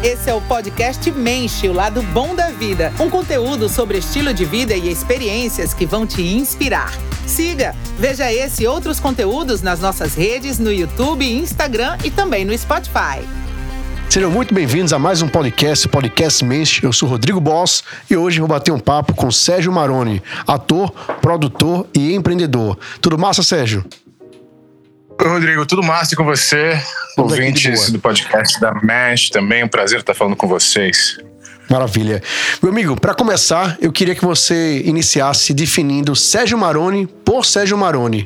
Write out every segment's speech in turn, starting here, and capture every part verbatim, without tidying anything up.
Esse é o podcast Menche, o lado bom da vida. Um conteúdo sobre estilo de vida e experiências que vão te inspirar. Siga, veja esse e outros conteúdos nas nossas redes, no YouTube, Instagram e também no Spotify. Sejam muito bem-vindos a mais um podcast, o Podcast Menche. Eu sou Rodrigo Boss e hoje vou bater um papo com Sérgio Maroni, ator, produtor e empreendedor. Tudo massa, Sérgio? Oi, Rodrigo, tudo massa com você? Tudo Ouvintes do podcast da Menche, também um prazer estar falando com vocês. Maravilha. Meu amigo, para começar, eu queria que você iniciasse definindo Sérgio Maroni por Sérgio Maroni.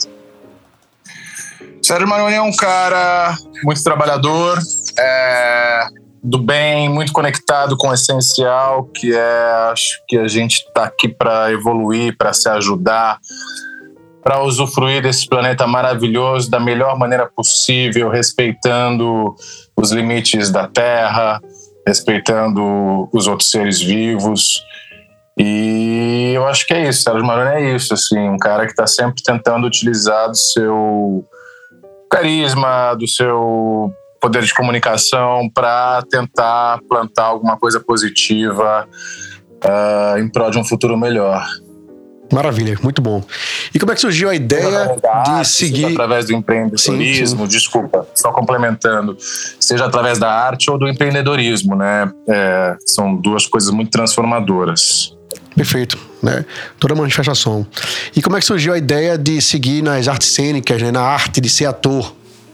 Sérgio Maroni é um cara muito trabalhador, é, do bem, muito conectado com o essencial, que é, acho que a gente está aqui para evoluir, para se ajudar, para usufruir desse planeta maravilhoso da melhor maneira possível, respeitando os limites da Terra, respeitando os outros seres vivos. E eu acho que é isso, Sérgio Maroni é isso, assim, um cara que está sempre tentando utilizar do seu carisma, do seu poder de comunicação para tentar plantar alguma coisa positiva uh, em prol de um futuro melhor. Maravilha, muito bom. E como é que surgiu a ideia de arte, seguir... Seja através do empreendedorismo, sim, sim. desculpa, só complementando, seja através da arte ou do empreendedorismo, né? É, são duas coisas muito transformadoras. Perfeito, né? Toda manifestação. E como é que surgiu a ideia de seguir nas artes cênicas, né? Na arte de ser ator?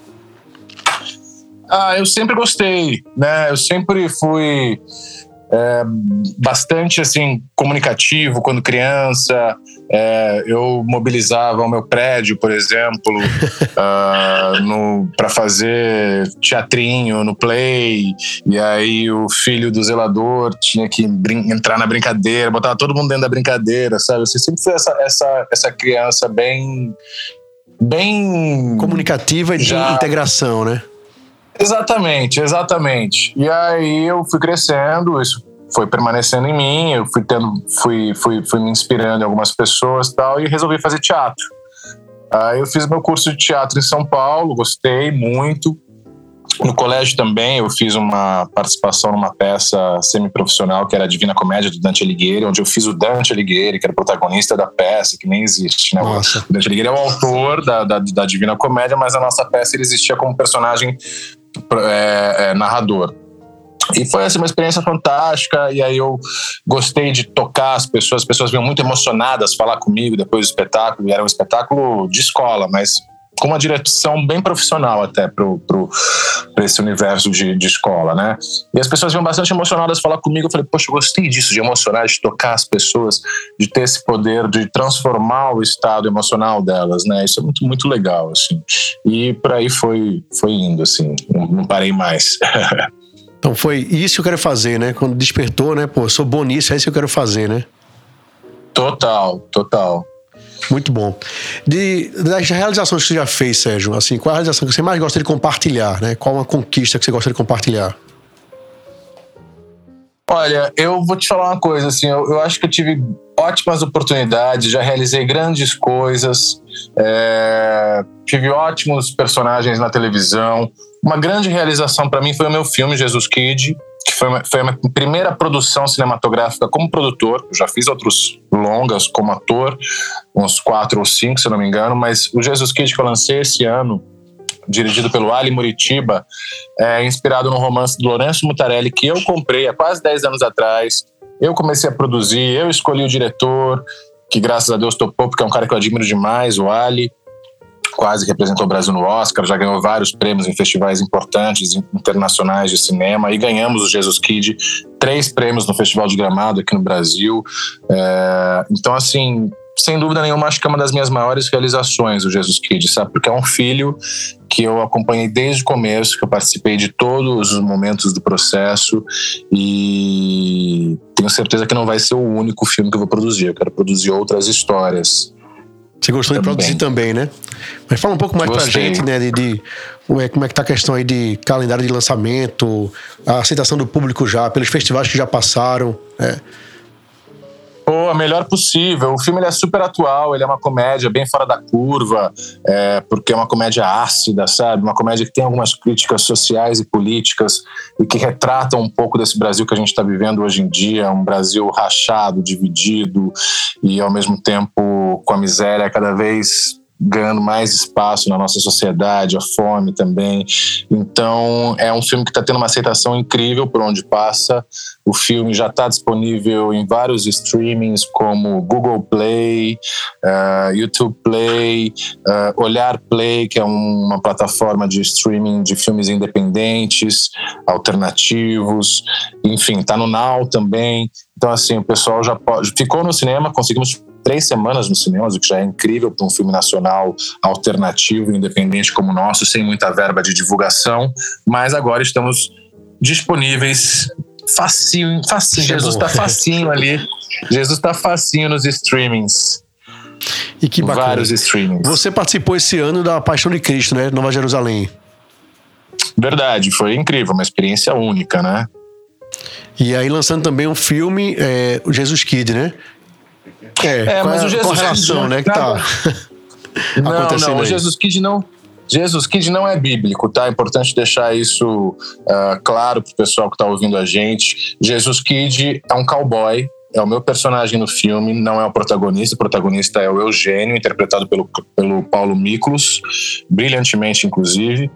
Ah, eu sempre gostei, né? Eu sempre fui... É, bastante assim comunicativo quando criança. É, eu mobilizava o meu prédio, por exemplo, uh, para fazer teatrinho no play, e aí o filho do zelador tinha que brin- entrar na brincadeira, botava todo mundo dentro da brincadeira, sabe? Você sempre foi essa, essa, essa criança bem bem comunicativa e de já... integração, né? Exatamente, exatamente. E aí eu fui crescendo, isso foi permanecendo em mim, eu fui tendo, fui, fui, fui me inspirando em algumas pessoas e tal, e resolvi fazer teatro. Aí eu fiz meu curso de teatro em São Paulo, gostei muito. No colégio também eu fiz uma participação numa peça semiprofissional que era a Divina Comédia do Dante Alighieri, onde eu fiz o Dante Alighieri, que era o protagonista da peça, que nem existe, né? Nossa. O Dante Alighieri é o autor da, da, da Divina Comédia, mas a nossa peça ele existia como personagem é, é, narrador. E foi assim, uma experiência fantástica, e aí eu gostei de tocar as pessoas, as pessoas vinham muito emocionadas falar comigo depois do espetáculo, e era um espetáculo de escola, mas com uma direção bem profissional até para esse universo de, de escola, né? E as pessoas vinham bastante emocionadas falar comigo, eu falei, poxa, eu gostei disso, de emocionar, de tocar as pessoas, de ter esse poder de transformar o estado emocional delas, né? Isso é muito, muito legal, assim. E por aí foi, foi indo, assim, não, não parei mais. Então foi isso que eu quero fazer, né? Quando despertou, né? Pô, eu sou bom nisso, é isso que eu quero fazer, né? Total, total. Muito bom. De, das realizações que você já fez, Sérgio, assim, qual a realização que você mais gosta de compartilhar, né? Qual uma conquista que você gosta de compartilhar? Olha, eu vou te falar uma coisa, assim, eu, eu acho que eu tive ótimas oportunidades, já realizei grandes coisas, é, tive ótimos personagens na televisão. Uma grande realização para mim foi o meu filme Jesus Kid, que foi, uma, foi a minha primeira produção cinematográfica como produtor. Eu já fiz outros longas como ator, uns quatro ou cinco, se eu não me engano, mas o Jesus Kid que eu lancei esse ano, dirigido pelo Ali Muritiba, é inspirado no romance do Lourenço Mutarelli, que eu comprei há quase dez anos atrás. Eu comecei a produzir, eu escolhi o diretor, que graças a Deus topou, porque é um cara que eu admiro demais, o Ali. Quase representou o Brasil no Oscar, já ganhou vários prêmios em festivais importantes internacionais de cinema, e ganhamos o Jesus Kid, três prêmios no Festival de Gramado aqui no Brasil. É, então, assim, sem dúvida nenhuma, acho que é uma das minhas maiores realizações o Jesus Kid, sabe? Porque é um filho que eu acompanhei desde o começo, que eu participei de todos os momentos do processo, e tenho certeza que não vai ser o único filme que eu vou produzir. Eu quero produzir outras histórias. Você gostou também de produzir também, né? Mas fala um pouco mais Gostei. pra gente, né? De, de como, é, como é que tá a questão aí de calendário de lançamento, a aceitação do público já, pelos festivais que já passaram, né? Pô, a melhor possível. O filme ele é super atual, ele é uma comédia bem fora da curva, é, porque é uma comédia ácida, sabe? Uma comédia que tem algumas críticas sociais e políticas e que retratam um pouco desse Brasil que a gente está vivendo hoje em dia, um Brasil rachado, dividido e ao mesmo tempo com a miséria cada vez ganhando mais espaço na nossa sociedade, a fome também. Então é um filme que está tendo uma aceitação incrível por onde passa. O filme já está disponível em vários streamings como Google Play, uh, YouTube Play, uh, Olhar Play, que é um, uma plataforma de streaming de filmes independentes, alternativos, enfim, está no Now também. Então assim, o pessoal já pode... ficou no cinema, conseguimos três semanas no cinema, o que já é incrível para um filme nacional alternativo, independente como o nosso, sem muita verba de divulgação, mas agora estamos disponíveis facinho, facinho. Jesus está facinho ali, Jesus está facinho nos streamings. E que bacana. Vários streamings. Você participou esse ano da Paixão de Cristo, né? Nova Jerusalém. Verdade, foi incrível, uma experiência única, né? E aí lançando também um filme, é, o Jesus Kid, né? É, é mas é o Jesus relação, Kid, né, que tá não, acontecendo não, o aí. Jesus Kid não, Jesus Kid não é bíblico, tá? É importante deixar isso uh, claro pro pessoal que tá ouvindo a gente. Jesus Kid é um cowboy, é o meu personagem no filme, não é o protagonista. O protagonista é o Eugênio, interpretado pelo, pelo Paulo Miklos, brilhantemente, inclusive.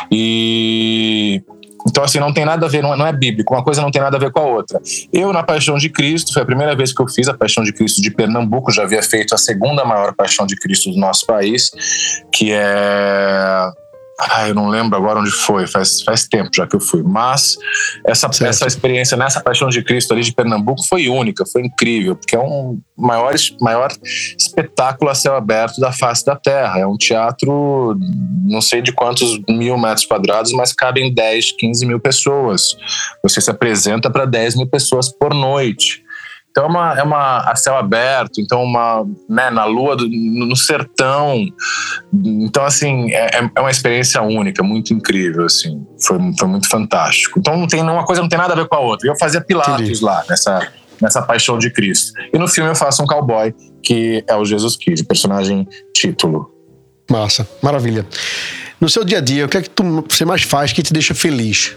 E... então, assim, não tem nada a ver, não é, não é bíblico, uma coisa não tem nada a ver com a outra. Eu, na Paixão de Cristo, foi a primeira vez que eu fiz a Paixão de Cristo de Pernambuco, já havia feito a segunda maior Paixão de Cristo do nosso país, que é... ah, eu não lembro agora onde foi, faz, faz tempo já que eu fui, mas essa, essa experiência nessa Paixão de Cristo ali de Pernambuco foi única, foi incrível, porque é um maior, maior espetáculo a céu aberto da face da terra, é um teatro, não sei de quantos mil metros quadrados, mas cabem dez, quinze mil pessoas, você se apresenta para dez mil pessoas por noite. Então é uma, é uma a céu aberto, então uma, né, na lua, do, no sertão. Então, assim, é, é uma experiência única, muito incrível, assim. Foi, foi muito fantástico. Então não tem, uma coisa não tem nada a ver com a outra. Eu fazia Pilatos Entendi. lá, nessa, nessa Paixão de Cristo. E no filme eu faço um cowboy, que é o Jesus Kid, personagem título. Massa, maravilha. No seu dia a dia, o que é que tu, você mais faz que te deixa feliz?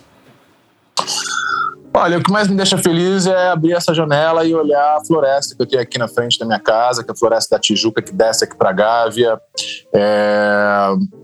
Olha, o que mais me deixa feliz é abrir essa janela e olhar a floresta que eu tenho aqui na frente da minha casa, que é a Floresta da Tijuca, que desce aqui para Gávea. É...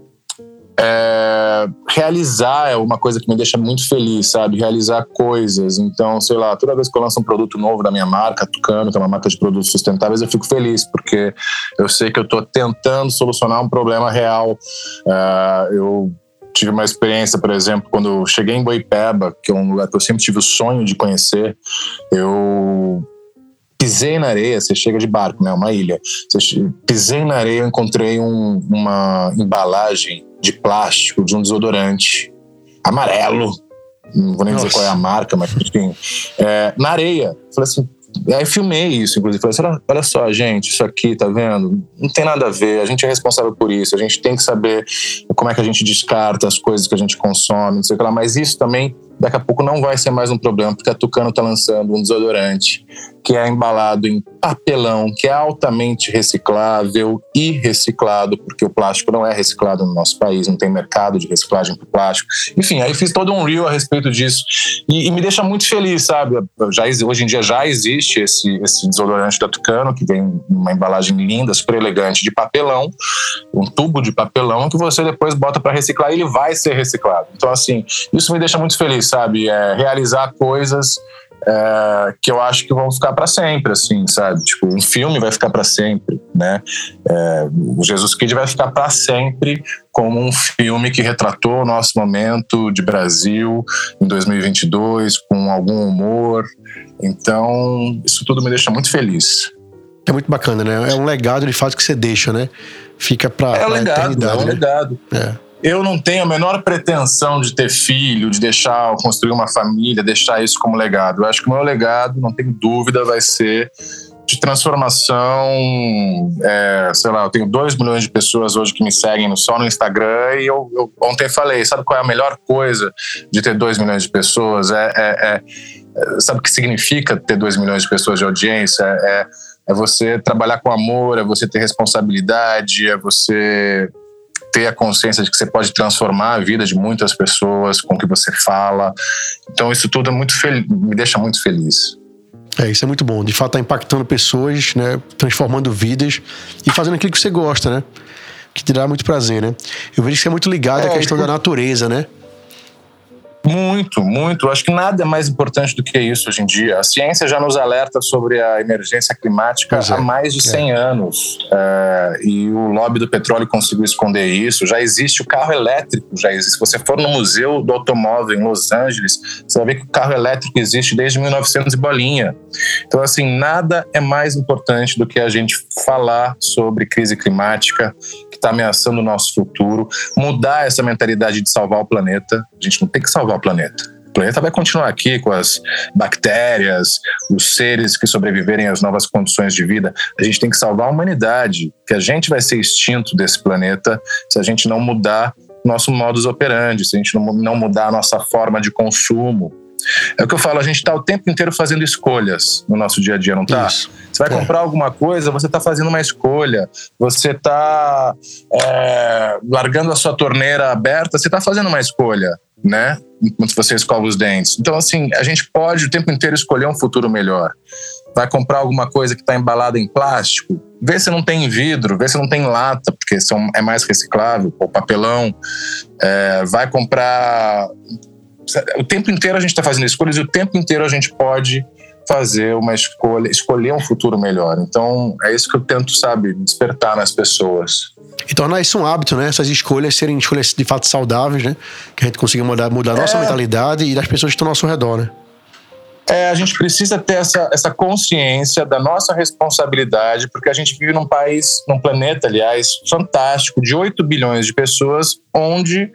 É... Realizar é uma coisa que me deixa muito feliz, sabe? Realizar coisas. Então, sei lá, toda vez que eu lanço um produto novo da minha marca, Tucano, que é uma marca de produtos sustentáveis, eu fico feliz, porque eu sei que eu estou tentando solucionar um problema real. É... Eu tive uma experiência, por exemplo, quando eu cheguei em Boipeba, que é um lugar que eu sempre tive o sonho de conhecer, eu pisei na areia, você chega de barco, né, uma ilha, você, pisei na areia e encontrei um, uma embalagem de plástico de um desodorante amarelo, não vou nem Nossa. dizer qual é a marca, mas enfim, é, na areia. Falei assim, e aí filmei isso, inclusive. Falei assim, olha só, gente, isso aqui, tá vendo? Não tem nada a ver, a gente é responsável por isso, a gente tem que saber como é que a gente descarta as coisas que a gente consome, não sei o que lá. Mas isso também, daqui a pouco, não vai ser mais um problema, porque a Tucano tá lançando um desodorante que é embalado em papelão, que é altamente reciclável e reciclado, porque o plástico não é reciclado no nosso país, não tem mercado de reciclagem para plástico. Enfim, aí fiz todo um reel a respeito disso e, e me deixa muito feliz, sabe? Já, hoje em dia já existe esse, esse desodorante da Tucano, que vem numa embalagem linda, super elegante, de papelão, um tubo de papelão que você depois bota para reciclar e ele vai ser reciclado. Então, assim, isso me deixa muito feliz, sabe? É, realizar coisas É, que eu acho que vão ficar para sempre, assim, sabe? Tipo, um filme vai ficar para sempre, né? É, o Jesus Kid vai ficar para sempre como um filme que retratou o nosso momento de Brasil em dois mil e vinte e dois, com algum humor. Então, isso tudo me deixa muito feliz. É muito bacana, né? É um legado de fato que você deixa, né? Fica para é um a legado, eternidade. É um né? legado. É. Eu não tenho a menor pretensão de ter filho, de deixar, construir uma família, deixar isso como legado. Eu acho que o meu legado, não tenho dúvida, vai ser de transformação. É, sei lá, eu tenho dois milhões de pessoas hoje que me seguem só no Instagram e eu, eu ontem falei, sabe qual é a melhor coisa de ter dois milhões de pessoas? É, é, é, sabe o que significa ter dois milhões de pessoas de audiência? É, é você trabalhar com amor, é você ter responsabilidade, é você ter a consciência de que você pode transformar a vida de muitas pessoas com o que você fala. Então isso tudo é muito fel- me deixa muito feliz. É, isso é muito bom. De fato, tá impactando pessoas, né? Transformando vidas e fazendo aquilo que você gosta, né? Que te dá muito prazer, né? Eu vejo que você é muito ligado é, à questão eu... da natureza, né? Muito, muito. Acho que nada é mais importante do que isso hoje em dia. A ciência já nos alerta sobre a emergência climática é. há mais de cem é. anos. É, e o lobby do petróleo conseguiu esconder isso. Já existe o carro elétrico, já existe. Se você for no Museu do Automóvel em Los Angeles, você vai ver que o carro elétrico existe desde mil e novecentos e bolinha. Então, assim, nada é mais importante do que a gente falar sobre crise climática que está ameaçando o nosso futuro, mudar essa mentalidade de salvar o planeta. A gente não tem que salvar o planeta. O planeta vai continuar aqui com as bactérias, os seres que sobreviverem às novas condições de vida. A gente tem que salvar a humanidade, que a gente vai ser extinto desse planeta se a gente não mudar nosso modus operandi, se a gente não, não mudar a nossa forma de consumo. É o que eu falo, a gente está o tempo inteiro fazendo escolhas no nosso dia a dia, não está? Você vai comprar alguma coisa, você está fazendo uma escolha. Você está é, largando a sua torneira aberta, você está fazendo uma escolha, né? Enquanto você escova os dentes. Então, assim, a gente pode o tempo inteiro escolher um futuro melhor. Vai comprar alguma coisa que está embalada em plástico, vê se não tem vidro, vê se não tem lata, porque são, é mais reciclável, ou papelão. É, vai comprar... O tempo inteiro a gente está fazendo escolhas e o tempo inteiro a gente pode fazer uma escolha, escolher um futuro melhor. Então, é isso que eu tento, sabe, despertar nas pessoas. E tornar isso um hábito, né? Essas escolhas serem escolhas de fato saudáveis, né? Que a gente consiga mudar, mudar a nossa é... mentalidade e das pessoas que estão ao nosso redor, né? É, a gente precisa ter essa, essa consciência da nossa responsabilidade, porque a gente vive num país, num planeta, aliás, fantástico, de oito bilhões de pessoas, onde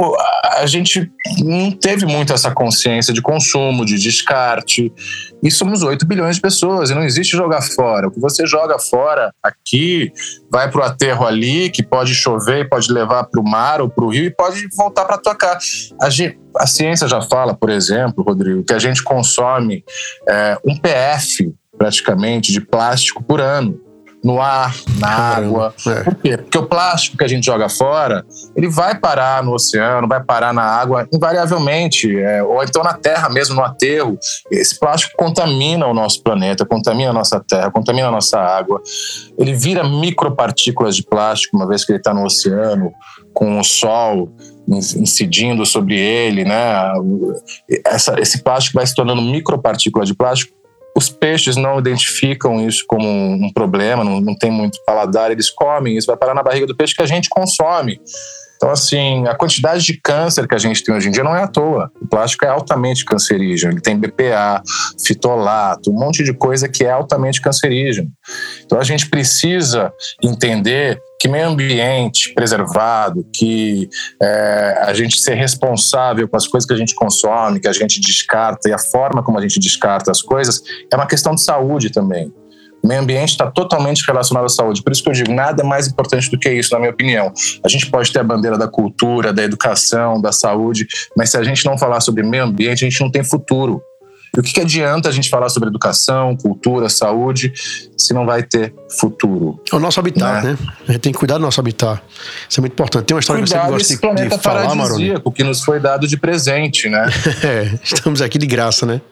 a gente não teve muito essa consciência de consumo, de descarte. E somos oito bilhões de pessoas, e não existe jogar fora. O que você joga fora aqui, vai para o aterro ali, que pode chover, pode levar para o mar ou para o rio e pode voltar para a tua casa. A, gente, a ciência já fala, por exemplo, Rodrigo, que a gente consome é, um P F, praticamente, de plástico por ano. No ar, na água. É. Por quê? Porque o plástico que a gente joga fora, ele vai parar no oceano, vai parar na água, invariavelmente, é, ou então na terra mesmo, no aterro. Esse plástico contamina o nosso planeta, contamina a nossa terra, contamina a nossa água. Ele vira micropartículas de plástico, uma vez que ele está no oceano, com o sol incidindo sobre ele, né? Essa, esse plástico vai se tornando micropartícula de plástico. Os peixes não identificam isso como um problema, não, não tem muito paladar, eles comem, isso vai parar na barriga do peixe que a gente consome. Então, assim, a quantidade de câncer que a gente tem hoje em dia não é à toa. O plástico é altamente cancerígeno, ele tem B P A, fitolato, um monte de coisa que é altamente cancerígeno. Então, a gente precisa entender que meio ambiente preservado, que é, a gente ser responsável com as coisas que a gente consome, que a gente descarta e a forma como a gente descarta as coisas, é uma questão de saúde também. O meio ambiente está totalmente relacionado à saúde. Por isso que eu digo, nada é mais importante do que isso, na minha opinião. A gente pode ter a bandeira da cultura, da educação, da saúde, mas se a gente não falar sobre meio ambiente, a gente não tem futuro. E o que, que adianta a gente falar sobre educação, cultura, saúde, se não vai ter futuro? É o nosso habitat, né? né? A gente tem que cuidar do nosso habitat. Isso é muito importante. Tem uma história cuidar que você gosta de, planeta de falar, Maroni, que nos foi dado de presente, né? É, estamos aqui de graça, né?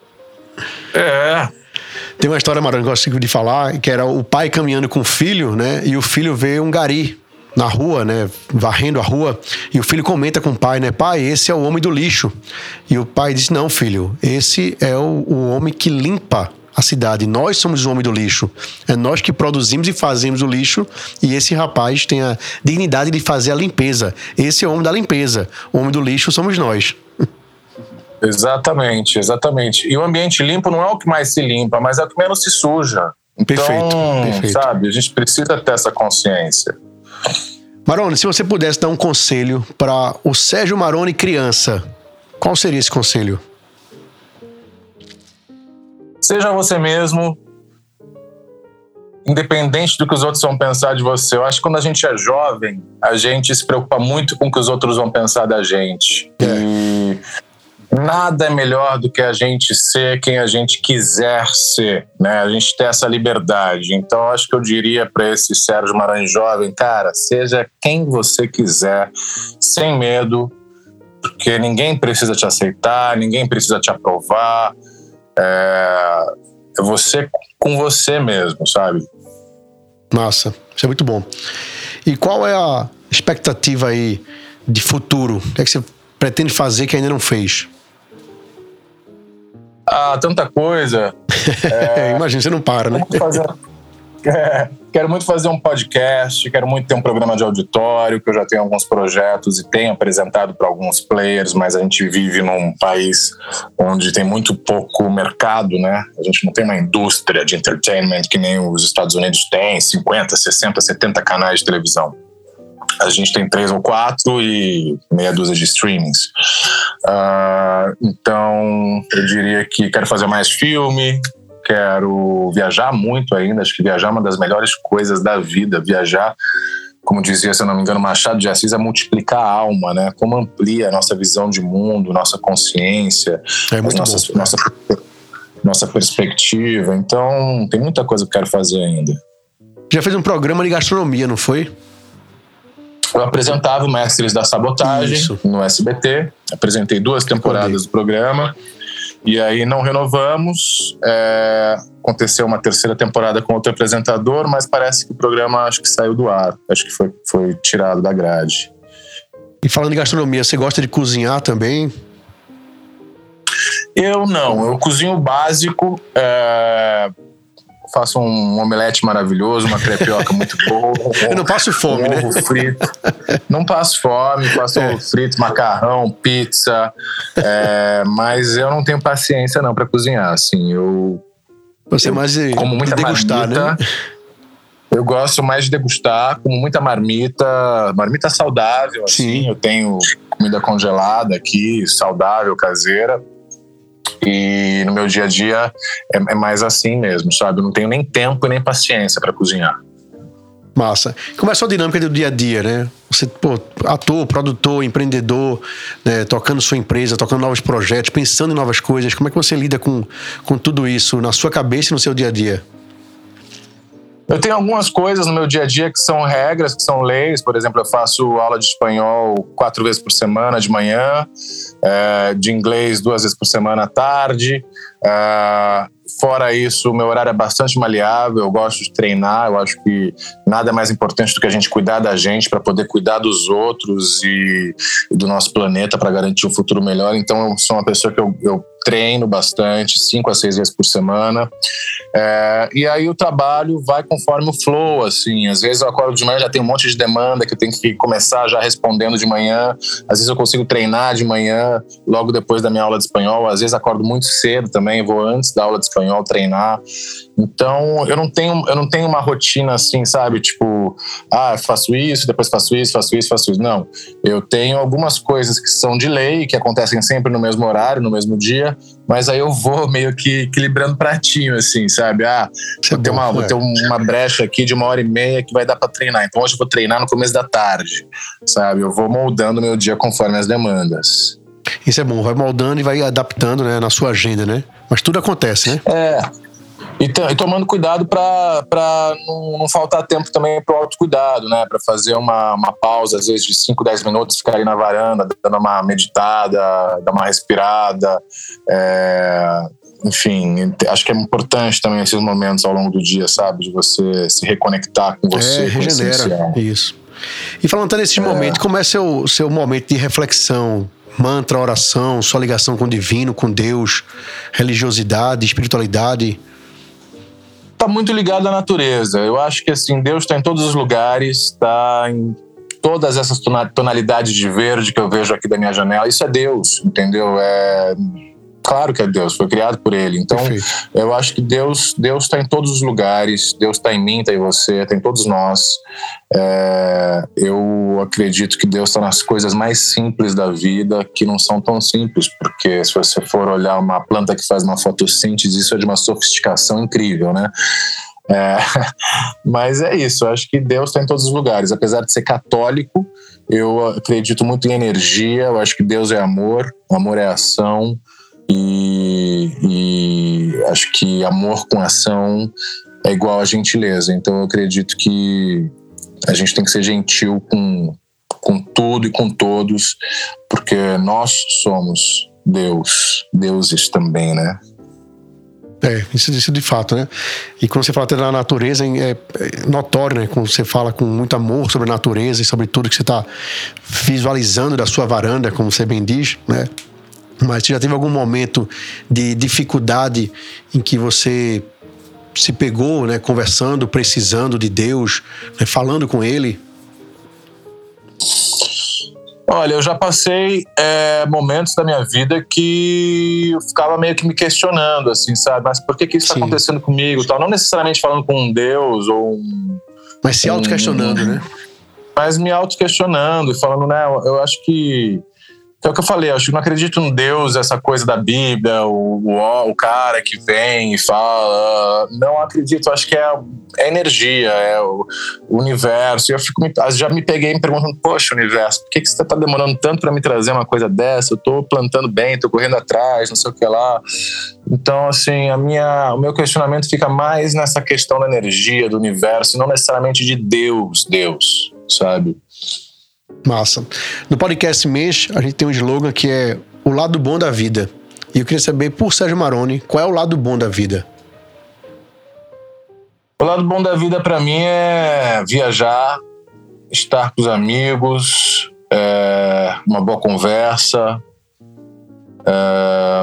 É... Tem uma história, Maroni, que eu gosto de falar, que era o pai caminhando com o filho, né? E o filho vê um gari na rua, né? Varrendo a rua. E o filho comenta com o pai, né? Pai, esse é o homem do lixo. E o pai diz, não, filho, esse é o, o homem que limpa a cidade. Nós somos o homem do lixo. É nós que produzimos e fazemos o lixo. E esse rapaz tem a dignidade de fazer a limpeza. Esse é o homem da limpeza. O homem do lixo somos nós. Exatamente, exatamente. E o ambiente limpo não é o que mais se limpa, mas é o que menos se suja. Então, perfeito, perfeito. Sabe, a gente precisa ter essa consciência. Maroni, se você pudesse dar um conselho para o Sérgio Maroni criança, qual seria esse conselho? Seja você mesmo, independente do que os outros vão pensar de você. Eu acho que quando a gente é jovem, a gente se preocupa muito com o que os outros vão pensar da gente. É. E nada é melhor do que a gente ser quem a gente quiser ser, né? A gente ter essa liberdade. Então, acho que eu diria para esse Sérgio Maranhão jovem, cara, seja quem você quiser, sem medo, porque ninguém precisa te aceitar, ninguém precisa te aprovar. É, é você com você mesmo, sabe? Massa, isso é muito bom. E qual é a expectativa aí de futuro? O que é que você pretende fazer que ainda não fez? Ah, tanta coisa. É... Imagina, você não para, né? Fazer... É, quero muito fazer um podcast, quero muito ter um programa de auditório, que eu já tenho alguns projetos e tenho apresentado para alguns players, mas a gente vive num país onde tem muito pouco mercado, né? A gente não tem uma indústria de entertainment que nem os Estados Unidos têm, cinquenta, sessenta, setenta canais de televisão. A gente tem três ou quatro e meia dúzia de streamings. Uh, então, eu diria que quero fazer mais filme, quero viajar muito ainda. Acho que viajar é uma das melhores coisas da vida. Viajar, como dizia, se eu não me engano, Machado de Assis, é multiplicar a alma, né? Como amplia a nossa visão de mundo, nossa consciência, é muito nossas, bom. nossa, nossa perspectiva. Então, tem muita coisa que eu quero fazer ainda. Já fez um programa de gastronomia, não foi? Eu apresentava o Mestres da Sabotagem Isso. no S B T. Apresentei duas temporadas do programa. E aí não renovamos. É, aconteceu uma terceira temporada com outro apresentador, mas parece que o programa acho que saiu do ar. Acho que foi, foi tirado da grade. E falando de gastronomia, você gosta de cozinhar também? Eu não. Eu cozinho básico. É, faço um omelete maravilhoso, uma crepioca muito boa. Eu não passo fome, um né? Ovo frito. Não passo fome, faço é. ovo frito, macarrão, pizza. É, mas eu não tenho paciência não para cozinhar. Assim, eu. Você eu mais de, como muita de degustar, marmita, né? Eu gosto mais de degustar, como muita marmita, marmita saudável. Assim. Eu tenho comida congelada aqui, saudável, caseira. E no meu dia a dia é, é mais assim mesmo, sabe? Eu não tenho nem tempo e nem paciência para cozinhar. Massa. Como é a sua dinâmica do dia a dia, né? Você, pô, ator, produtor, empreendedor, né? Tocando sua empresa, tocando novos projetos, pensando em novas coisas. Como é que você lida com, com tudo isso na sua cabeça e no seu dia a dia? Eu tenho algumas coisas no meu dia a dia que são regras, que são leis. Por exemplo, eu faço aula de espanhol quatro vezes por semana de manhã, é, de inglês duas vezes por semana à tarde. É, fora isso, o meu horário é bastante maleável, eu gosto de treinar. Eu acho que nada é mais importante do que a gente cuidar da gente para poder cuidar dos outros e, e do nosso planeta para garantir um futuro melhor. Então, eu sou uma pessoa que eu, eu treino bastante, cinco a seis vezes por semana. É, e aí o trabalho vai conforme o flow, assim. Às vezes eu acordo de manhã, já tem um monte de demanda que eu tenho que começar já respondendo de manhã. Às vezes eu consigo treinar de manhã, logo depois da minha aula de espanhol. Às vezes acordo muito cedo também, vou antes da aula de espanhol treinar. Então eu não tenho, eu não tenho uma rotina assim, sabe? Tipo, ah, faço isso, depois faço isso, faço isso, faço isso. Não, eu tenho algumas coisas que são de lei, que acontecem sempre no mesmo horário, no mesmo dia, mas aí eu vou meio que equilibrando pratinho, assim, sabe? Ah, vou ter, uma, vou ter uma brecha aqui de uma hora e meia que vai dar pra treinar. Então hoje eu vou treinar no começo da tarde, sabe? Eu vou moldando meu dia conforme as demandas. Isso é bom, vai moldando e vai adaptando, né, na sua agenda, né? Mas tudo acontece, né? É. E, t- e tomando cuidado para não, não faltar tempo também para o autocuidado, né? Para fazer uma, uma pausa, às vezes de cinco, dez minutos, ficar ali na varanda, dando uma meditada, dar uma respirada. É, enfim, acho que é importante também esses momentos ao longo do dia, sabe? De você se reconectar com você. É, regenera, isso. E falando nesse é. momento, como é seu, seu momento de reflexão? Mantra, oração, sua ligação com o divino, com Deus, religiosidade, espiritualidade? Tá muito ligado à natureza. Eu acho que assim, Deus está em todos os lugares, está em todas essas tonalidades de verde que eu vejo aqui da minha janela. Isso é Deus, entendeu? É claro que é Deus, foi criado por Ele. Então, perfeito. Eu acho que Deus Deus está em todos os lugares. Deus está em mim, está em você, está em todos nós. É, eu acredito que Deus está nas coisas mais simples da vida, que não são tão simples, porque se você for olhar uma planta que faz uma fotossíntese, isso é de uma sofisticação incrível, né? É, mas é isso, eu acho que Deus está em todos os lugares. Apesar de ser católico, Eu acredito muito em energia, eu acho que Deus é amor, amor é ação, e, e acho que amor com ação é igual a gentileza. Então eu acredito que a gente tem que ser gentil com, com tudo e com todos, porque nós somos Deus, deuses também, né? É, isso, isso de fato, né? E quando você fala até da natureza, é, é notório, né? Quando você fala com muito amor sobre a natureza e sobre tudo que você está visualizando da sua varanda, como você bem diz, né? Mas você já teve algum momento de dificuldade em que você se pegou, né? Conversando, precisando de Deus, né, falando com Ele? Olha, eu já passei é, momentos da minha vida que eu ficava meio que me questionando, assim, sabe? Mas por que que isso está acontecendo comigo? Tal? Não necessariamente falando com um Deus ou um... Mas se auto-questionando, um, né? Mas me auto-questionando e falando, né? Eu, eu acho que... Que é o que eu falei, eu acho que não acredito em Deus, essa coisa da Bíblia, o, o, o cara que vem e fala. Não acredito, eu acho que é, é energia, é o, o universo. E eu fico, já me peguei me perguntando, poxa, universo, por que, que você está demorando tanto para me trazer uma coisa dessa? Eu estou plantando bem, estou correndo atrás, não sei o que lá. Então, assim, a minha, o meu questionamento fica mais nessa questão da energia, do universo, não necessariamente de Deus, Deus, sabe? Massa. No podcast Mês, a gente tem um slogan que é o lado bom da vida. E eu queria saber, por Sérgio Maroni, qual é o lado bom da vida? O lado bom da vida para mim é viajar, estar com os amigos, é, uma boa conversa, é,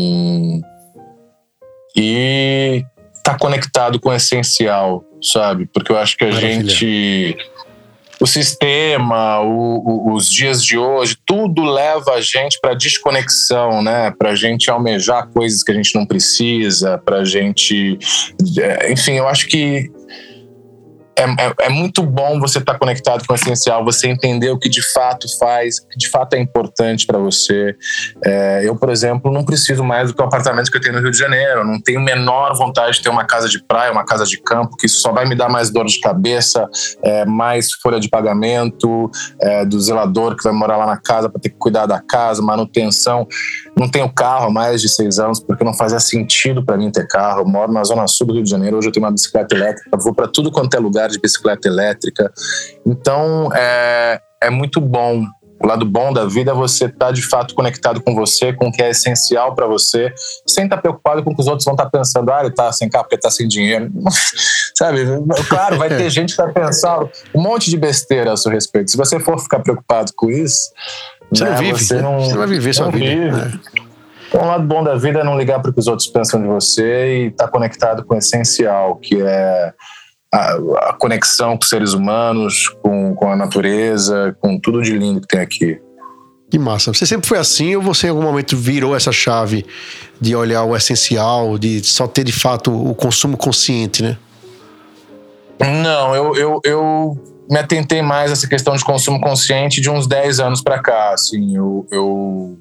e estar conectado com o essencial, sabe? Porque eu acho que a Maravilha. gente... O sistema, o, o, os dias de hoje, tudo leva a gente para desconexão, né? Para a gente almejar coisas que a gente não precisa, para a gente... Enfim, eu acho que é, é, é muito bom você estar conectado com o essencial, você entender o que de fato faz, o que de fato é importante para você. É, eu, por exemplo, não preciso mais do que o apartamento que eu tenho no Rio de Janeiro. Eu não tenho a menor vontade de ter uma casa de praia, uma casa de campo, que isso só vai me dar mais dor de cabeça, é, mais folha de pagamento, é, do zelador que vai morar lá na casa para ter que cuidar da casa, manutenção. Não tenho carro há mais de seis anos porque não fazia sentido para mim ter carro. Eu moro na zona sul do Rio de Janeiro, hoje eu tenho uma bicicleta elétrica, vou para tudo quanto é lugar de bicicleta elétrica. Então é, é muito bom. O lado bom da vida é você estar de fato conectado com você, com o que é essencial para você, sem estar preocupado com o que os outros vão estar pensando. Ah, ele está sem carro porque está sem dinheiro. Sabe? Claro, vai ter gente que vai pensar um monte de besteira a seu respeito. Se você for ficar preocupado com isso, você né, não vive, você não, você não vai viver sua vida. Vive. Então, o lado bom da vida é não ligar para o que os outros pensam de você e estar conectado com o essencial, que é a, a conexão com os seres humanos, com, com a natureza, com tudo de lindo que tem aqui. Que massa. Você sempre foi assim ou você em algum momento virou essa chave de olhar o essencial, de só ter de fato o consumo consciente, né? Não, eu, eu, eu me atentei mais a essa questão de consumo consciente de uns dez anos para cá. Assim, eu, eu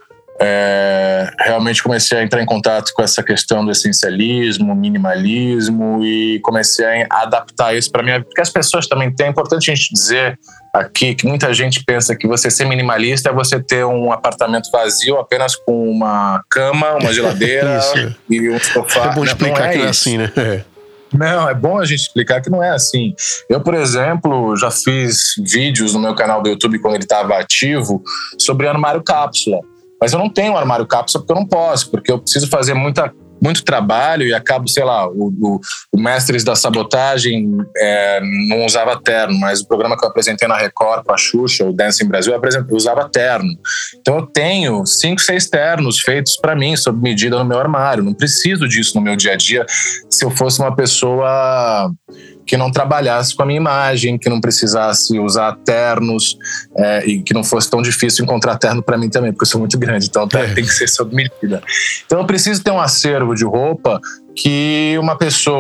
é, realmente comecei a entrar em contato com essa questão do essencialismo, minimalismo, e comecei a adaptar isso para minha vida. Porque as pessoas também têm, é importante a gente dizer aqui que muita gente pensa que você ser minimalista é você ter um apartamento vazio apenas com uma cama, uma geladeira e um sofá. É bom explicar não é que não é isso. assim, né? É. Não, é bom a gente explicar que não é assim. Eu, por exemplo, já fiz vídeos no meu canal do YouTube quando ele estava ativo sobre armário cápsula. Mas eu não tenho um armário cápsula porque eu não posso, porque eu preciso fazer muita, muito trabalho e acabo, sei lá, o, o, o Mestres da Sabotagem é, não usava terno, mas o programa que eu apresentei na Record com a Xuxa, o Dancing Brasil, eu, eu usava terno. Então eu tenho cinco, seis ternos feitos para mim, sob medida no meu armário. Não preciso disso no meu dia a dia se eu fosse uma pessoa que não trabalhasse com a minha imagem, que não precisasse usar ternos, é, e que não fosse tão difícil encontrar terno para mim também, porque eu sou muito grande, então é. tem que ser sob medida. Então eu preciso ter um acervo de roupa que uma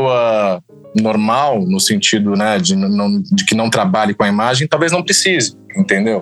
pessoa normal, no sentido, né, de, não, de que não trabalhe com a imagem, talvez não precise. entendeu?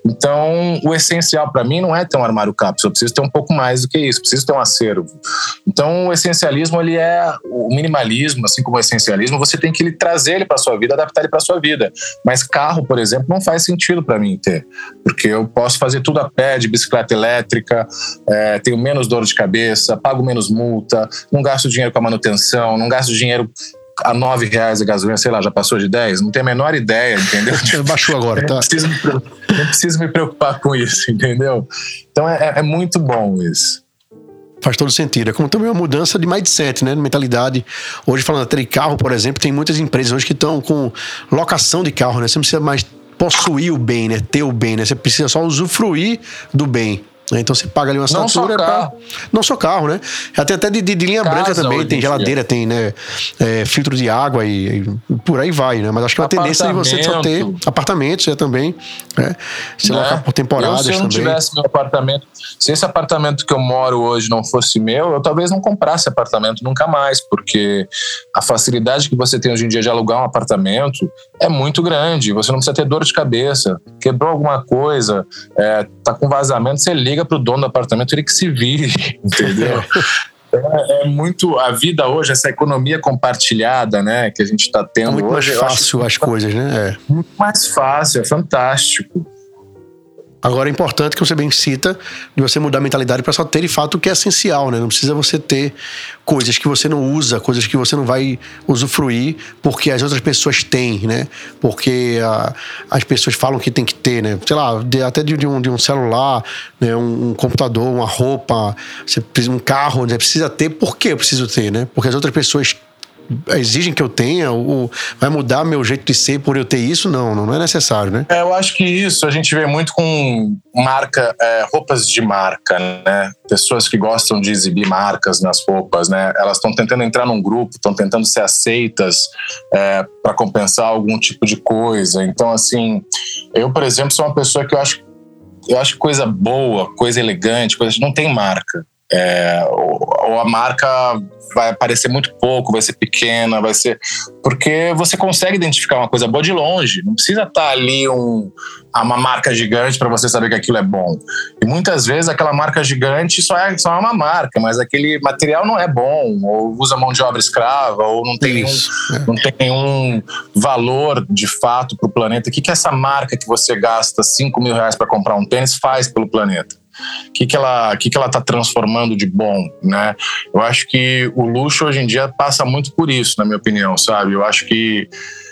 Então, o essencial para mim não é ter um armário cápsula, eu preciso ter um pouco mais do que isso, preciso ter um acervo. Então, o essencialismo, ele é o minimalismo, assim como o essencialismo, você tem que trazer ele para sua vida, adaptar ele para sua vida. Mas carro, por exemplo, não faz sentido para mim ter, porque eu posso fazer tudo a pé, de bicicleta elétrica, é, tenho menos dor de cabeça, pago menos multa, não gasto dinheiro com a manutenção, não gasto dinheiro a nove reais a gasolina, sei lá, já passou de dez? Não tenho a menor ideia, entendeu? Baixou agora, tá? Não preciso, me, não preciso me preocupar com isso, entendeu? Então é, é muito bom isso. Faz todo sentido. É como também uma mudança de mindset, né? De mentalidade. Hoje, falando até de carro, por exemplo, tem muitas empresas hoje que estão com locação de carro, né? Você não precisa mais possuir o bem, né? Ter o bem, né? Você precisa só usufruir do bem. Então você paga ali uma assinatura. Não só carro. Pra... Não só carro, né? Até, até de, de, de linha Casa, branca também. Tem geladeira, tem, né? É, filtro de água e, e por aí vai, né? Mas acho que é uma tendência de você só ter apartamentos, é, também. Né? Se né? locar por temporadas eu, se eu não também. tivesse meu apartamento, se esse apartamento que eu moro hoje não fosse meu, eu talvez não comprasse apartamento nunca mais, porque a facilidade que você tem hoje em dia de alugar um apartamento é muito grande. Você não precisa ter dor de cabeça. Quebrou alguma coisa, é, tá com vazamento, você liga pro dono do apartamento, ele que se vire, entendeu? É, é muito a vida hoje, essa economia compartilhada, né, que a gente está tendo muito hoje. Mais fácil as coisas, né? É. Muito mais fácil, é fantástico. Agora é importante que você bem cita de você mudar a mentalidade para só ter de fato o que é essencial, né? Não precisa você ter coisas que você não usa, coisas que você não vai usufruir porque as outras pessoas têm, né? Porque a, as pessoas falam que tem que ter, né? Sei lá, de, até de, de, um, de um celular, né? um, um computador, uma roupa, você precisa, um carro, né? Precisa ter. Por que eu preciso ter, né? Porque as outras pessoas exigem que eu tenha, ou vai mudar meu jeito de ser por eu ter isso? Não, não é necessário, né? É, eu acho que isso a gente vê muito com marca, é, roupas de marca, né? Pessoas que gostam de exibir marcas nas roupas, né? Elas estão tentando entrar num grupo, estão tentando ser aceitas é, para compensar algum tipo de coisa. Então, assim, eu, por exemplo, sou uma pessoa que eu acho, eu acho que coisa boa, coisa elegante, coisa não tem marca. É, ou, ou a marca vai aparecer muito pouco, vai ser pequena, vai ser... Porque você consegue identificar uma coisa boa de longe, não precisa estar ali um, uma marca gigante para você saber que aquilo é bom. E muitas vezes aquela marca gigante só é, só é uma marca, mas aquele material não é bom, ou usa mão de obra escrava, ou não tem, Isso, nenhum, é. não tem nenhum valor de fato para o planeta. O que, que essa marca que você gasta cinco mil reais para comprar um tênis faz pelo planeta? O que, que ela que que ela está transformando de bom, né? Eu acho que o luxo hoje em dia passa muito por isso, na minha opinião, sabe? Eu acho que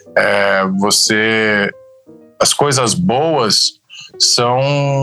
é, você... As coisas boas são...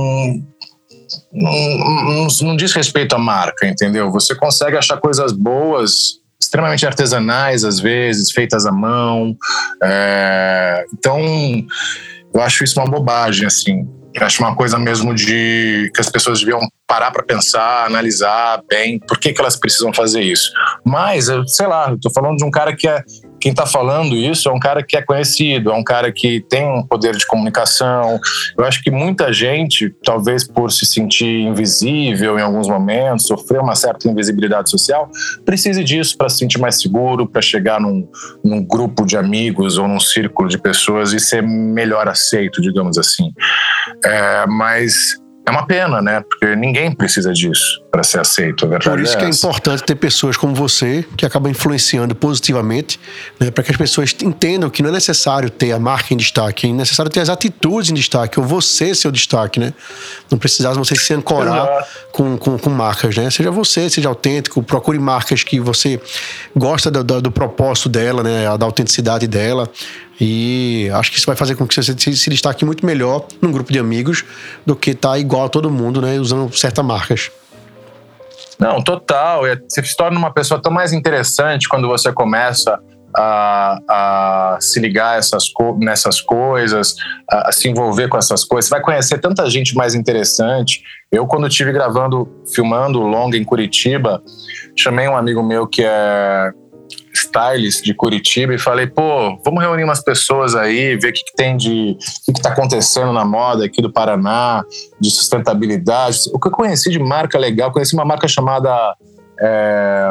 Não, não, não diz respeito à marca, entendeu? Você consegue achar coisas boas extremamente artesanais, às vezes, feitas à mão. É, então, eu acho isso uma bobagem, assim. Eu acho uma coisa mesmo de que as pessoas deviam parar para pensar, analisar bem por que, que elas precisam fazer isso. Mas, eu, sei lá, eu tô falando de um cara que é... Quem está falando isso é um cara que é conhecido, é um cara que tem um poder de comunicação. Eu acho que muita gente, talvez por se sentir invisível em alguns momentos, sofrer uma certa invisibilidade social, precise disso para se sentir mais seguro, para chegar num, num grupo de amigos ou num círculo de pessoas e ser melhor aceito, digamos assim. É, mas... É uma pena, né? Porque ninguém precisa disso para ser aceito, a verdade. Por isso é que é essa. importante ter pessoas como você que acabam influenciando positivamente, né? Para que as pessoas entendam que não é necessário ter a marca em destaque, é necessário ter as atitudes em destaque, ou você ser o destaque, né? Não precisar você se ancorar com, com, com marcas, né? Seja você, seja autêntico, procure marcas que você gosta do, do, do propósito dela, né? Da autenticidade dela. E acho que isso vai fazer com que você se destaque muito melhor num grupo de amigos do que estar igual a todo mundo, né? Usando certas marcas. Não, total. Você se torna uma pessoa tão mais interessante quando você começa a, a se ligar essas, nessas coisas, a, a se envolver com essas coisas. Você vai conhecer tanta gente mais interessante. Eu, quando estive gravando, filmando o longa em Curitiba, chamei um amigo meu que é stylist de Curitiba e falei, pô, vamos reunir umas pessoas aí, ver o que, que tem de... o que, que tá acontecendo na moda aqui do Paraná, de sustentabilidade. O que eu conheci de marca legal, conheci uma marca chamada é,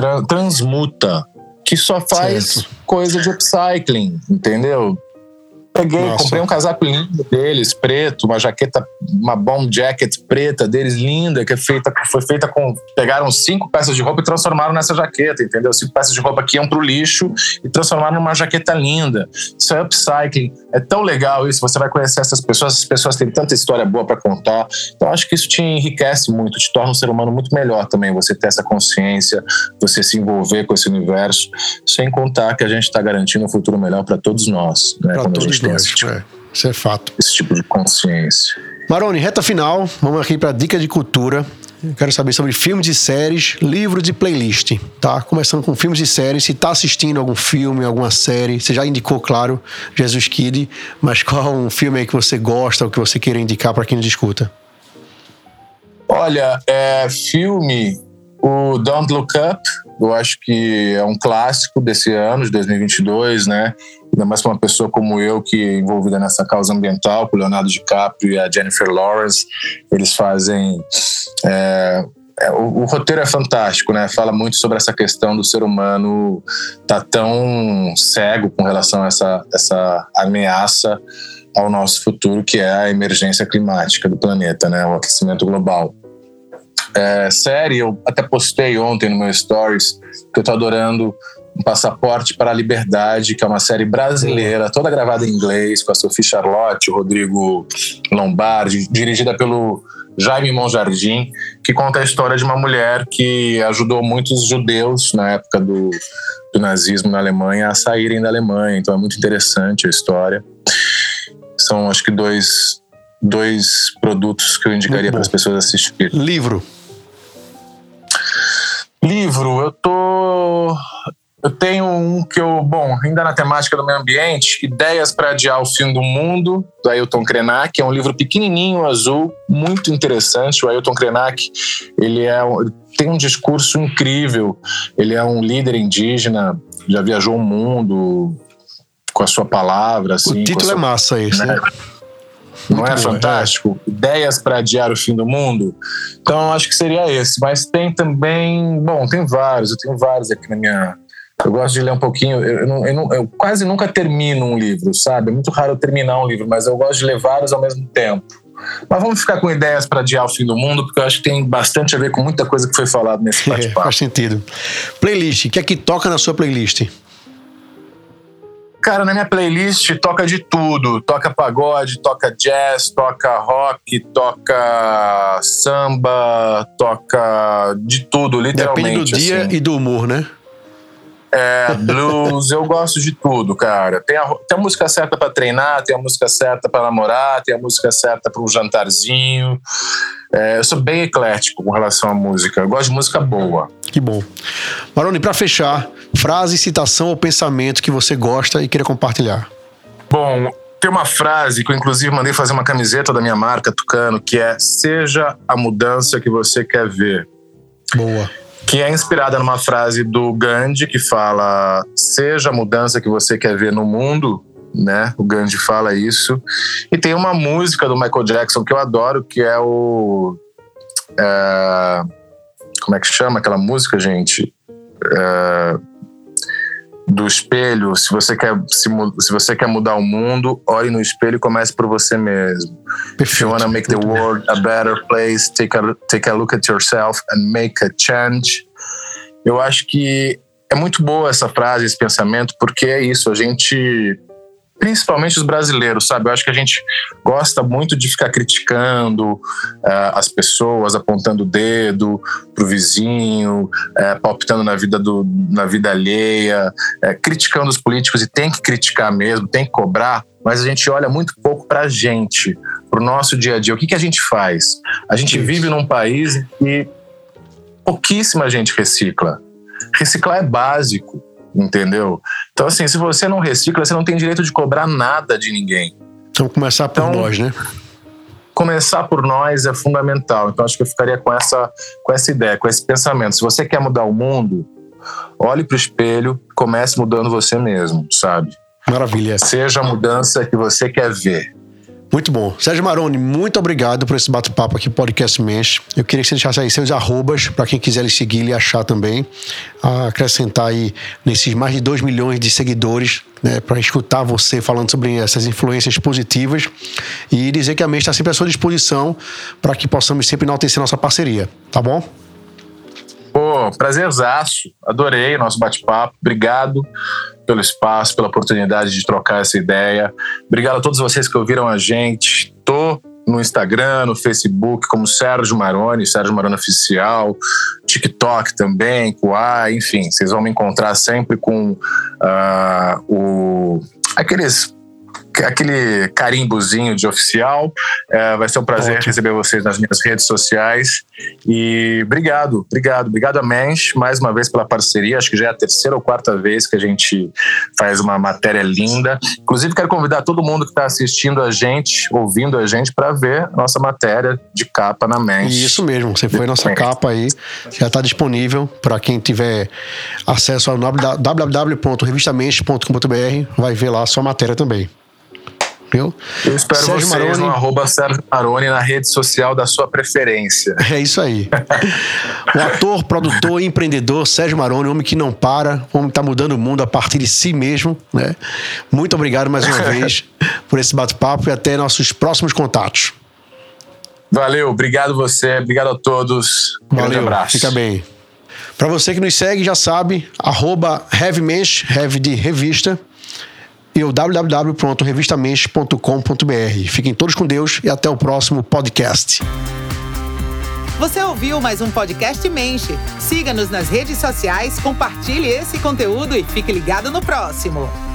Transmuta, que só faz certo. Coisa de upcycling, entendeu? Peguei, Nossa. comprei um casaco lindo deles, preto, uma jaqueta, uma bomb jacket preta deles, linda, que é feita, foi feita com... Pegaram cinco peças de roupa e transformaram nessa jaqueta, entendeu? Cinco peças de roupa que iam pro lixo e transformaram numa jaqueta linda. Isso é upcycling. É tão legal isso, você vai conhecer essas pessoas, essas pessoas têm tanta história boa para contar. Então, acho que isso te enriquece muito, te torna um ser humano muito melhor também, você ter essa consciência, você se envolver com esse universo, sem contar que a gente está garantindo um futuro melhor para todos nós, né? Pra Quando todos a gente tem nós, esse tipo, é. Isso é fato. esse tipo de consciência. Maroni, reta final, vamos aqui para dica de cultura. Eu quero saber sobre filmes e séries, livros e playlist, tá? Começando com filmes e séries, se tá assistindo algum filme, alguma série, você já indicou, claro, Jesus Kid, mas qual um filme aí que você gosta ou que você queira indicar para quem nos escuta? Olha, é, filme, o Don't Look Up, eu acho que é um clássico desse ano, de dois mil e vinte e dois, né? Ainda mais para uma pessoa como eu, que é envolvida nessa causa ambiental, com o Leonardo DiCaprio e a Jennifer Lawrence. Eles fazem... É, é, o, o roteiro é fantástico, né? Fala muito sobre essa questão do ser humano tá tão cego com relação a essa, essa ameaça ao nosso futuro, que é a emergência climática do planeta, né? O aquecimento global. É, série, eu até postei ontem no meu Stories que eu tô adorando Um Passaporte para a Liberdade, que é uma série brasileira, toda gravada em inglês, com a Sophie Charlotte, o Rodrigo Lombardi, dirigida pelo Jaime Monjardim, que conta a história de uma mulher que ajudou muitos judeus na época do, do nazismo na Alemanha a saírem da Alemanha. Então é muito interessante a história. São, acho que, dois, dois produtos que eu indicaria para as pessoas assistirem. Livro. Livro, eu tô... Eu tenho um que eu... Bom, ainda na temática do meio ambiente, Ideias para Adiar o Fim do Mundo, do Ailton Krenak. É um livro pequenininho, azul, muito interessante. O Ailton Krenak, ele é, tem um discurso incrível. Ele é um líder indígena, já viajou o mundo com a sua palavra. Assim, o título sua, é massa esse, né? Não é Muito bom, fantástico? É. Ideias para Adiar o Fim do Mundo. Então, acho que seria esse. Mas tem também... Bom, tem vários. Eu tenho vários aqui na minha... Eu gosto de ler um pouquinho. Eu, não, eu, não, eu quase nunca termino um livro, sabe? É muito raro eu terminar um livro, mas eu gosto de ler vários ao mesmo tempo. Mas vamos ficar com Ideias para Adiar o Fim do Mundo, porque eu acho que tem bastante a ver com muita coisa que foi falada nesse bate-papo. É, faz sentido. Playlist. O que é que toca na sua playlist? Cara, na minha playlist toca de tudo. Toca pagode, toca jazz, toca rock, toca samba, toca de tudo, literalmente. Depende do dia assim. E do humor, né? É, blues, eu gosto de tudo, cara. Tem a, tem a música certa pra treinar, tem a música certa pra namorar, tem a música certa pra um jantarzinho. É, eu sou bem eclético com relação à música. Eu gosto de música boa. Que bom. Maroni, pra fechar, frase, citação ou pensamento que você gosta e queira compartilhar. Bom, tem uma frase que eu inclusive mandei fazer uma camiseta da minha marca, Tucano, que é: seja a mudança que você quer ver. Boa. Que é inspirada numa frase do Gandhi, que fala: seja a mudança que você quer ver no mundo, né? O Gandhi fala isso. E tem uma música do Michael Jackson que eu adoro, que é o... É, como é que chama aquela música, gente? É, do espelho. Se você quer, se, se você quer mudar o mundo, olhe no espelho e comece por você mesmo. Perfeito. If you wanna make the world a better place, take a, take a look at yourself and make a change. Eu acho que é muito boa essa frase, esse pensamento, porque é isso, a gente... Principalmente os brasileiros, sabe? Eu acho que a gente gosta muito de ficar criticando uh, as pessoas, apontando o dedo pro vizinho, uh, palpitando na vida, do, na vida alheia, uh, criticando os políticos, e tem que criticar mesmo, tem que cobrar, mas a gente olha muito pouco pra gente, pro nosso dia a dia. O que, que a gente faz? A gente vive num país e pouquíssima gente recicla. Reciclar é básico. Entendeu? Então, assim, se você não recicla, você não tem direito de cobrar nada de ninguém. Então, começar por então, nós, né? Começar por nós é fundamental. Então, acho que eu ficaria com essa, com essa ideia, com esse pensamento. Se você quer mudar o mundo, olhe pro espelho, comece mudando você mesmo, sabe? Maravilha. Seja a mudança que você quer ver. Muito bom. Sérgio Maroni, muito obrigado por esse bate-papo aqui, Podcast Mensch. Eu queria que você deixasse aí seus arrobas, para quem quiser lhe seguir e achar também. Acrescentar aí nesses mais de dois milhões de seguidores, né, para escutar você falando sobre essas influências positivas e dizer que a Mensch está sempre à sua disposição para que possamos sempre enaltecer nossa parceria, tá bom? Pô, prazerzaço. Adorei o nosso bate-papo. Obrigado pelo espaço, pela oportunidade de trocar essa ideia. Obrigado a todos vocês que ouviram a gente. Tô no Instagram, no Facebook, como Sérgio Maroni, Sérgio Maroni Oficial, TikTok também, Kuai, enfim, vocês vão me encontrar sempre com uh, o, aqueles... aquele carimbozinho de oficial. É, vai ser um prazer Ótimo. receber vocês nas minhas redes sociais. E obrigado, obrigado, obrigado a Mensch mais uma vez pela parceria. Acho que já é a terceira ou quarta vez que a gente faz uma matéria linda. Inclusive, quero convidar todo mundo que está assistindo a gente, ouvindo a gente, para ver a nossa matéria de capa na Mensch. Isso mesmo, você foi nossa capa aí, já está disponível para quem tiver acesso ao w w w ponto revista mensch ponto com ponto b r, vai ver lá a sua matéria também. Eu, Eu espero Sérgio vocês Maroni, no arroba Sérgio Maroni na rede social da sua preferência. É isso aí. O ator, produtor e empreendedor Sérgio Maroni, homem que não para, homem que está mudando o mundo a partir de si mesmo, né? Muito obrigado mais uma vez por esse bate-papo e até nossos próximos contatos. Valeu, obrigado você, obrigado a todos. Um Valeu, grande abraço. Fica bem. Para você que nos segue, já sabe, arroba Heavy Mensch, Heavy de revista, e o w w w ponto revista mensch ponto com ponto b r. Fiquem todos com Deus e até o próximo podcast. Você ouviu mais um podcast Mensch. Siga-nos nas redes sociais, compartilhe esse conteúdo e fique ligado no próximo.